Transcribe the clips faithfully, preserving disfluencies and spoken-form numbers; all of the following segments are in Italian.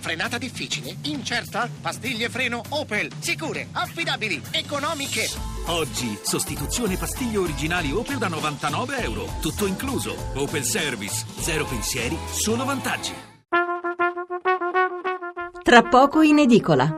Frenata difficile? Incerta? Pastiglie freno Opel. Sicure, affidabili, economiche. Oggi, sostituzione pastiglie originali Opel da novantanove euro. Tutto incluso. Opel Service. Zero pensieri, solo vantaggi. Tra poco in edicola.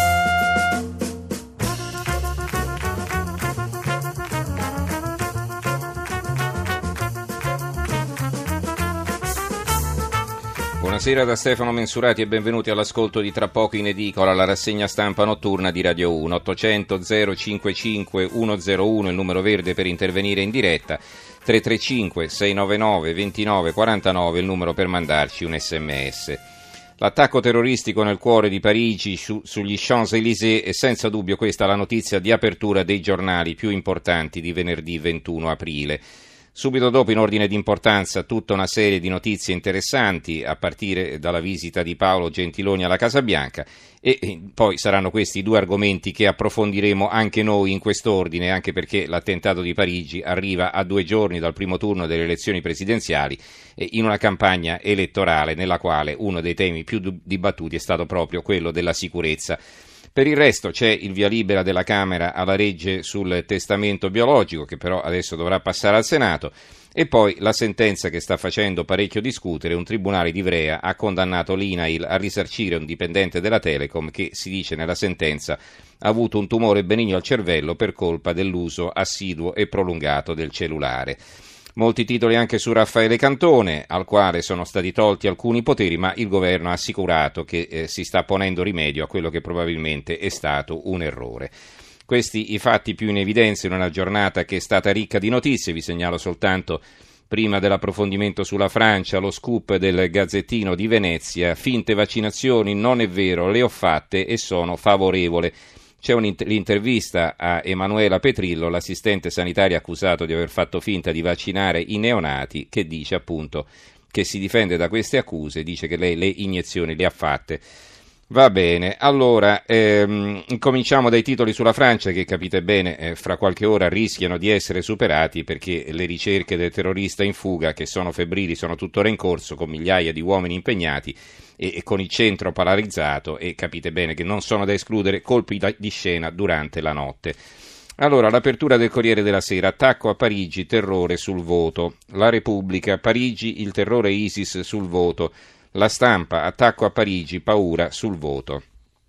Buonasera da Stefano Mensurati e benvenuti all'ascolto di Tra poco in edicola, la rassegna stampa notturna di Radio uno. ottocento zero cinquantacinque centouno il numero verde per intervenire in diretta, tre tre cinque sei nove nove due nove quattro nove il numero per mandarci un sms. L'attacco terroristico nel cuore di Parigi su, sugli Champs-Élysées è senza dubbio questa la notizia di apertura dei giornali più importanti di venerdì ventuno aprile. Subito dopo, in ordine di importanza, tutta una serie di notizie interessanti, a partire dalla visita di Paolo Gentiloni alla Casa Bianca, e poi saranno questi due argomenti che approfondiremo anche noi in quest'ordine, anche perché l'attentato di Parigi arriva a due giorni dal primo turno delle elezioni presidenziali e in una campagna elettorale nella quale uno dei temi più dibattuti è stato proprio quello della sicurezza. Per il resto c'è il via libera della Camera alla legge sul testamento biologico, che però adesso dovrà passare al Senato, e poi la sentenza che sta facendo parecchio discutere. Un tribunale di Ivrea ha condannato l'INAIL a risarcire un dipendente della Telecom che, si dice nella sentenza, ha avuto un tumore benigno al cervello per colpa dell'uso assiduo e prolungato del cellulare. Molti titoli anche su Raffaele Cantone, al quale sono stati tolti alcuni poteri, ma il governo ha assicurato che eh, si sta ponendo rimedio a quello che probabilmente è stato un errore. Questi i fatti più in evidenza in una giornata che è stata ricca di notizie. Vi segnalo soltanto, prima dell'approfondimento sulla Francia, lo scoop del Gazzettino di Venezia: finte vaccinazioni, non è vero, le ho fatte e sono favorevole. C'è un'intervista a Emanuela Petrillo, l'assistente sanitaria accusato di aver fatto finta di vaccinare i neonati, che dice appunto che si difende da queste accuse, dice che lei le iniezioni le ha fatte. Va bene, allora ehm, cominciamo dai titoli sulla Francia, che capite bene eh, fra qualche ora rischiano di essere superati, perché le ricerche del terrorista in fuga, che sono febbrili, sono tuttora in corso, con migliaia di uomini impegnati e, e con il centro polarizzato, e capite bene che non sono da escludere colpi da, di scena durante la notte. Allora, l'apertura del Corriere della Sera: attacco a Parigi, terrore sul voto. La Repubblica: Parigi, il terrore ISIS sul voto. La Stampa: attacco a Parigi, paura sul voto.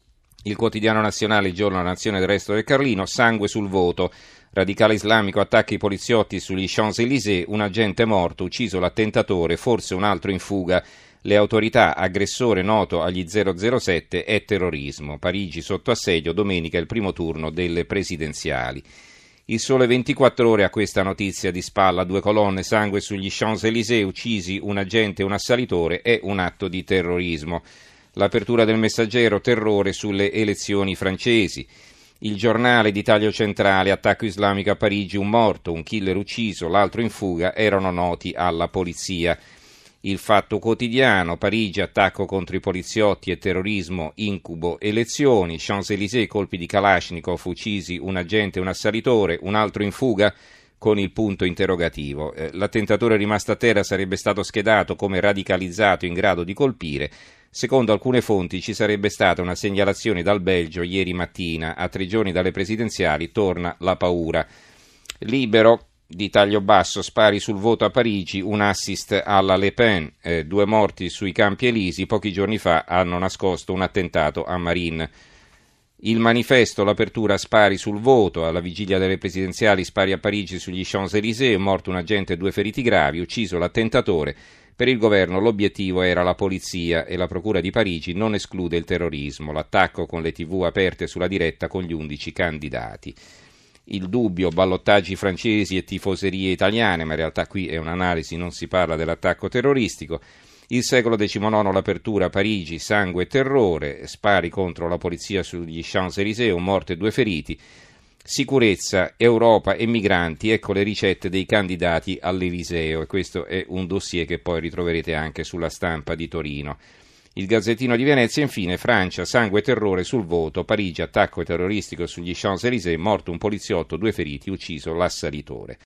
Il Quotidiano Nazionale, il Giorno, La Nazione, del Resto del Carlino: sangue sul voto. Radicale islamico attacca i poliziotti sugli Champs-Élysées, un agente morto, ucciso l'attentatore, forse un altro in fuga. Le autorità: aggressore noto agli zero zero sette, è terrorismo. Parigi sotto assedio, domenica il primo turno delle presidenziali. Il Sole ventiquattro Ore ha questa notizia di spalla: due colonne, sangue sugli Champs-Élysées, uccisi un agente e un assalitore, è un atto di terrorismo. L'apertura del Messaggero: terrore sulle elezioni francesi. Il Giornale di Taglio Centrale: attacco islamico a Parigi, un morto, un killer ucciso, l'altro in fuga, erano noti alla polizia. Il Fatto Quotidiano: Parigi, attacco contro i poliziotti e terrorismo, incubo elezioni. Champs-Élysées, colpi di Kalashnikov, uccisi un agente e un assalitore, un altro in fuga, con il punto interrogativo. Eh, l'attentatore rimasto a terra sarebbe stato schedato come radicalizzato in grado di colpire. Secondo alcune fonti ci sarebbe stata una segnalazione dal Belgio ieri mattina. A tre giorni dalle presidenziali torna la paura. Libero di taglio basso: spari sul voto a Parigi, un assist alla Le Pen, eh, due morti sui Campi Elisi, pochi giorni fa hanno nascosto un attentato a Marine. Il Manifesto: l'apertura, spari sul voto, alla vigilia delle presidenziali, spari a Parigi sugli Champs-Élysées, morto un agente e due feriti gravi, ucciso l'attentatore. Per il governo l'obiettivo era la polizia e la procura di Parigi non esclude il terrorismo. L'attacco con le tivù aperte sulla diretta con gli undici candidati. Il Dubbio: ballottaggi francesi e tifoserie italiane, ma in realtà qui è un'analisi, non si parla dell'attacco terroristico. Il Secolo diciannove: l'apertura, Parigi, sangue e terrore, spari contro la polizia sugli Champs-Élysées, un morto e due feriti. Sicurezza, Europa e migranti, ecco le ricette dei candidati all'Eliseo, e questo è un dossier che poi ritroverete anche sulla Stampa di Torino. Il Gazzettino di Venezia, infine: Francia, sangue e terrore sul voto, Parigi, attacco terroristico sugli Champs-Élysées, morto un poliziotto, due feriti, ucciso l'assalitore.